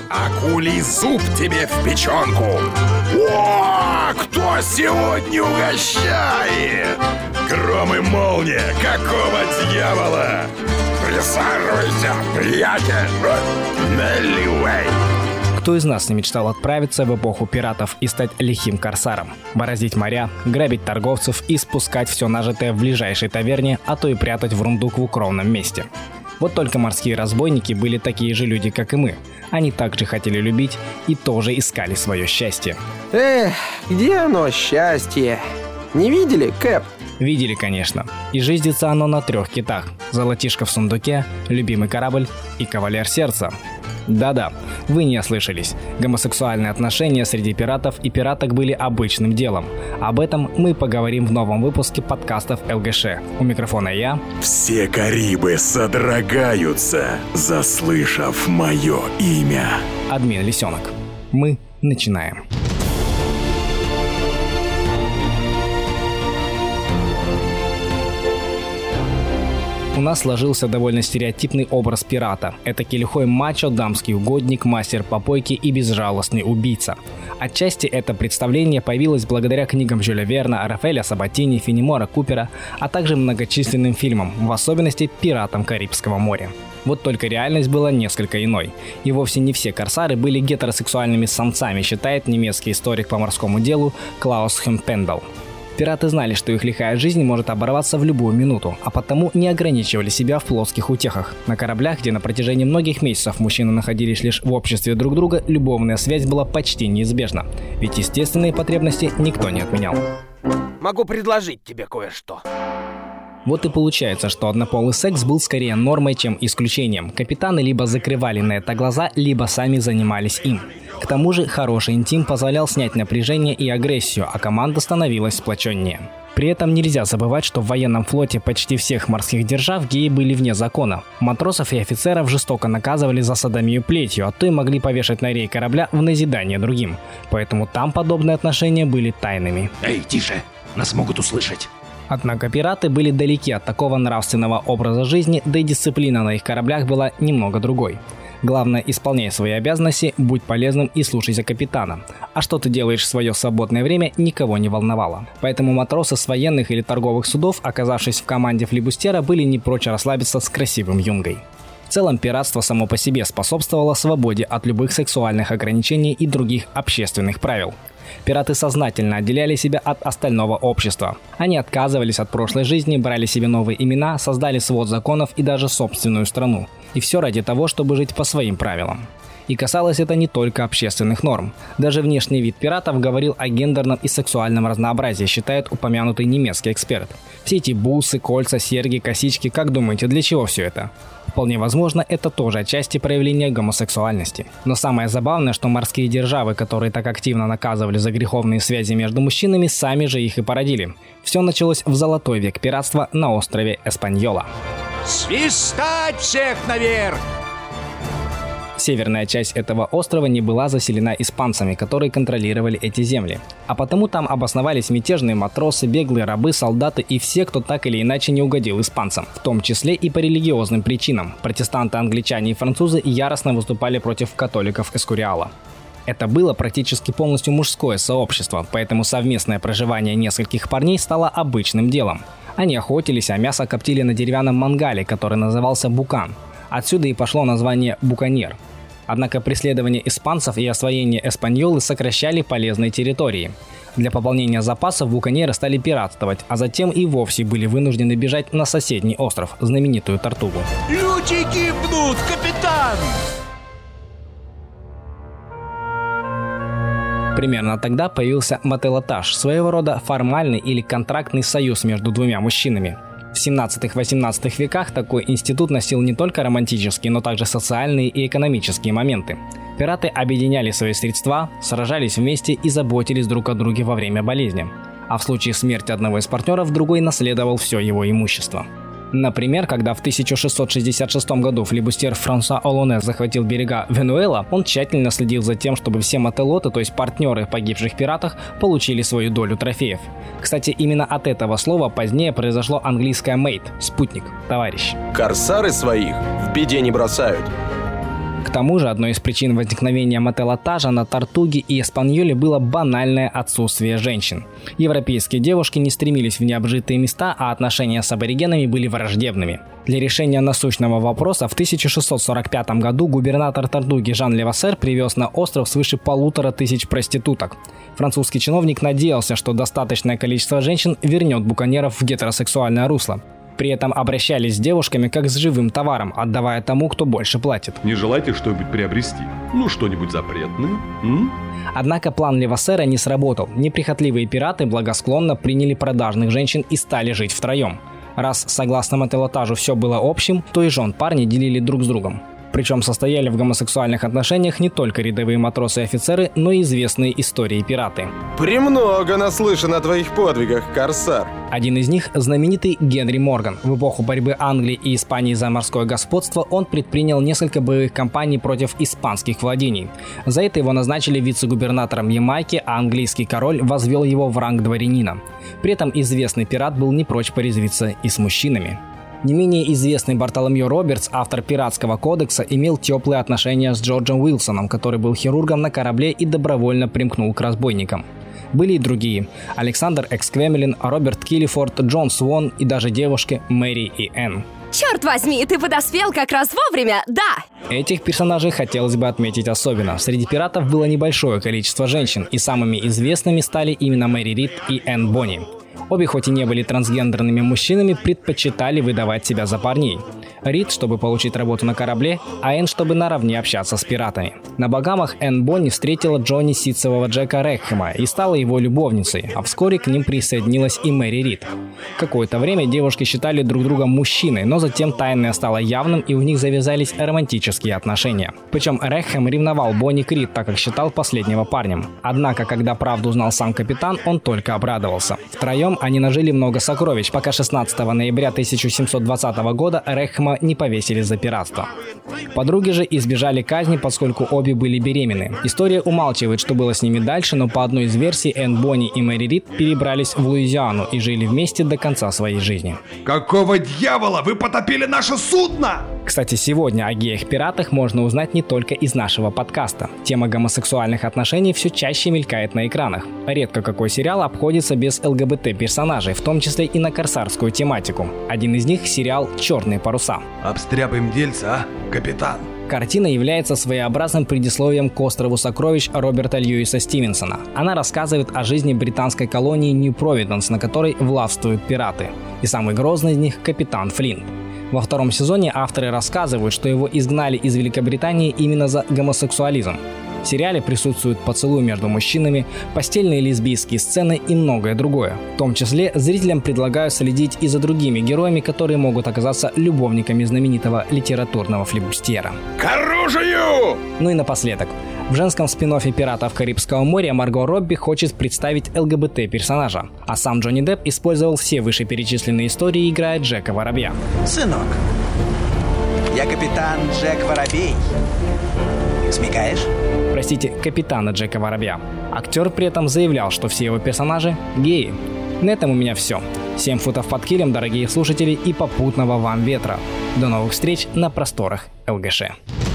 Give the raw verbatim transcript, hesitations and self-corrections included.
акулий зуб тебе в печенку. О, кто сегодня угощает? Гром и молния, какого дьявола? Присаживайся, приятель, наливай. Кто из нас не мечтал отправиться в эпоху пиратов и стать лихим корсаром? Бороздить моря, грабить торговцев и спускать все нажитое в ближайшей таверне, а то и прятать в рундук в укромном месте. Вот только морские разбойники были такие же люди, как и мы. Они также хотели любить и тоже искали свое счастье. Эх, где оно, счастье? Не видели, Кэп? Видели, конечно. И жизнится оно на трех китах. Золотишко в сундуке, любимый корабль и кавалер сердца. Да-да, вы не ослышались. Гомосексуальные отношения среди пиратов и пираток были обычным делом. Об этом мы поговорим в новом выпуске подкастов ЛГШ. У микрофона я. Все Карибы содрогаются, заслышав мое имя. Админ Лисенок. Мы начинаем. У нас сложился довольно стереотипный образ пирата. Этакий лихой мачо, дамский угодник, мастер попойки и безжалостный убийца. Отчасти это представление появилось благодаря книгам Жюля Верна, Рафаэля Сабатини, Фенемора Купера, а также многочисленным фильмам, в особенности «Пиратам Карибского моря». Вот только реальность была несколько иной. И вовсе не все корсары были гетеросексуальными самцами, считает немецкий историк по морскому делу Клаус Хемпендал. Пираты знали, что их лихая жизнь может оборваться в любую минуту, а потому не ограничивали себя в плоских утехах. На кораблях, где на протяжении многих месяцев мужчины находились лишь в обществе друг друга, любовная связь была почти неизбежна. Ведь естественные потребности никто не отменял. Могу предложить тебе кое-что. Вот и получается, что однополый секс был скорее нормой, чем исключением. Капитаны либо закрывали на это глаза, либо сами занимались им. К тому же хороший интим позволял снять напряжение и агрессию, а команда становилась сплоченнее. При этом нельзя забывать, что в военном флоте почти всех морских держав геи были вне закона. Матросов и офицеров жестоко наказывали за содомию плетью, а то и могли повешать на рей корабля в назидание другим. Поэтому там подобные отношения были тайными. Эй, тише! Нас могут услышать! Однако пираты были далеки от такого нравственного образа жизни, да и дисциплина на их кораблях была немного другой. Главное, исполняй свои обязанности, будь полезным и слушайся капитана. А что ты делаешь в свое свободное время, никого не волновало. Поэтому матросы с военных или торговых судов, оказавшись в команде флибустера, были не прочь расслабиться с красивым юнгой. В целом, пиратство само по себе способствовало свободе от любых сексуальных ограничений и других общественных правил. Пираты сознательно отделяли себя от остального общества. Они отказывались от прошлой жизни, брали себе новые имена, создали свод законов и даже собственную страну. И все ради того, чтобы жить по своим правилам. И касалось это не только общественных норм. Даже внешний вид пиратов говорил о гендерном и сексуальном разнообразии, считает упомянутый немецкий эксперт. Все эти бусы, кольца, серьги, косички, как думаете, для чего все это? Вполне возможно, это тоже отчасти проявление гомосексуальности. Но самое забавное, что морские державы, которые так активно наказывали за греховные связи между мужчинами, сами же их и породили. Все началось в золотой век пиратства на острове Эспаньола. Свистать всех наверх! Северная часть этого острова не была заселена испанцами, которые контролировали эти земли. А потому там обосновались мятежные матросы, беглые рабы, солдаты и все, кто так или иначе не угодил испанцам. В том числе и по религиозным причинам. Протестанты, англичане и французы яростно выступали против католиков Эскуриала. Это было практически полностью мужское сообщество, поэтому совместное проживание нескольких парней стало обычным делом. Они охотились, а мясо коптили на деревянном мангале, который назывался букан. Отсюда и пошло название «буканьер». Однако преследование испанцев и освоение Эспаньолы сокращали полезные территории. Для пополнения запасов буканьеры стали пиратствовать, а затем и вовсе были вынуждены бежать на соседний остров, знаменитую Тортугу. Люди гибнут, капитан! Примерно тогда появился мотелотаж, своего рода формальный или контрактный союз между двумя мужчинами. В семнадцатом-восемнадцатом веках такой институт носил не только романтические, но также социальные и экономические моменты. Пираты объединяли свои средства, сражались вместе и заботились друг о друге во время болезни. А в случае смерти одного из партнеров, другой наследовал все его имущество. Например, когда в тысяча шестьсот шестьдесят шестом году флибустер Франсуа Олоне захватил берега Венуэла, он тщательно следил за тем, чтобы все мотелоты, то есть партнеры погибших пиратах, получили свою долю трофеев. Кстати, именно от этого слова позднее произошло английское «mate» – спутник, товарищ. Корсары своих в беде не бросают. К тому же, одной из причин возникновения мотелотажа на Тартуге и Эспаньоле было банальное отсутствие женщин. Европейские девушки не стремились в необжитые места, а отношения с аборигенами были враждебными. Для решения насущного вопроса в тысяча шестьсот сорок пятом году губернатор Тартуги Жан Левассер привез на остров свыше полутора тысяч проституток. Французский чиновник надеялся, что достаточное количество женщин вернет буконьеров в гетеросексуальное русло. При этом обращались с девушками как с живым товаром, отдавая тому, кто больше платит. Не желаете что-нибудь приобрести? Ну, что-нибудь запретное? М? Однако план Левассера не сработал. Неприхотливые пираты благосклонно приняли продажных женщин и стали жить втроем. Раз, согласно мотелотажу, все было общим, то и жен парни делили друг с другом. Причем состояли в гомосексуальных отношениях не только рядовые матросы и офицеры, но и известные истории пираты. Премного наслышан о твоих подвигах, корсар. Один из них – знаменитый Генри Морган. В эпоху борьбы Англии и Испании за морское господство он предпринял несколько боевых кампаний против испанских владений. За это его назначили вице-губернатором Ямайки, а английский король возвел его в ранг дворянина. При этом известный пират был не прочь порезвиться и с мужчинами. Не менее известный Бартоломью Робертс, автор пиратского кодекса, имел теплые отношения с Джорджем Уилсоном, который был хирургом на корабле и добровольно примкнул к разбойникам. Были и другие – Александр Эксквемелин, Роберт Киллифорд, Джон Свон и даже девушки Мэри и Энн. Черт возьми, ты подоспел как раз вовремя, да! Этих персонажей хотелось бы отметить особенно. Среди пиратов было небольшое количество женщин, и самыми известными стали именно Мэри Рид и Энн Бонни. Обе, хоть и не были трансгендерными мужчинами, предпочитали выдавать себя за парней. Рид, чтобы получить работу на корабле, а Энн, чтобы наравне общаться с пиратами. На Багамах Энн Бонни встретила Джонни Ситцевого Джека Рекхэма и стала его любовницей, а вскоре к ним присоединилась и Мэри Рид. Какое-то время девушки считали друг друга мужчиной, но затем тайное стало явным, и у них завязались романтические отношения. Причем Рекхэм ревновал Бонни к Рид, так как считал последнего парнем. Однако, когда правду узнал сам капитан, он только обрадовался. Втроем они нажили много сокровищ, пока шестнадцатого ноября тысяча семьсот двадцатого года Рекхэма не повесили за пиратство. Подруги же избежали казни, поскольку обе были беременны. История умалчивает, что было с ними дальше, но по одной из версий Энн Бонни и Мэри Рид перебрались в Луизиану и жили вместе до конца своей жизни. Какого дьявола? Вы потопили наше судно! Кстати, сегодня о геях-пиратах можно узнать не только из нашего подкаста. Тема гомосексуальных отношений все чаще мелькает на экранах. Редко какой сериал обходится без ЛГБТ-персонажей, в том числе и на корсарскую тематику. Один из них – сериал «Черные паруса». Обстряпаем дельца, а, капитан? Картина является своеобразным предисловием к «Острову сокровищ» Роберта Льюиса Стивенсона. Она рассказывает о жизни британской колонии Нью-Провиденс, на которой властвуют пираты. И самый грозный из них – капитан Флинт. Во втором сезоне авторы рассказывают, что его изгнали из Великобритании именно за гомосексуализм. В сериале присутствуют поцелуи между мужчинами, постельные лесбийские сцены и многое другое. В том числе зрителям предлагают следить и за другими героями, которые могут оказаться любовниками знаменитого литературного флибустьера. К оружию! Ну и напоследок. В женском спин-оффе «Пиратов Карибского моря» Марго Робби хочет представить ЛГБТ-персонажа, а сам Джонни Депп использовал все вышеперечисленные истории, играя Джека Воробья. Сынок, я капитан Джек Воробей. Смекаешь? Простите, капитана Джека Воробья. Актер при этом заявлял, что все его персонажи – геи. На этом у меня все. семь футов под килем, дорогие слушатели, и попутного вам ветра. До новых встреч на просторах ЛГШ.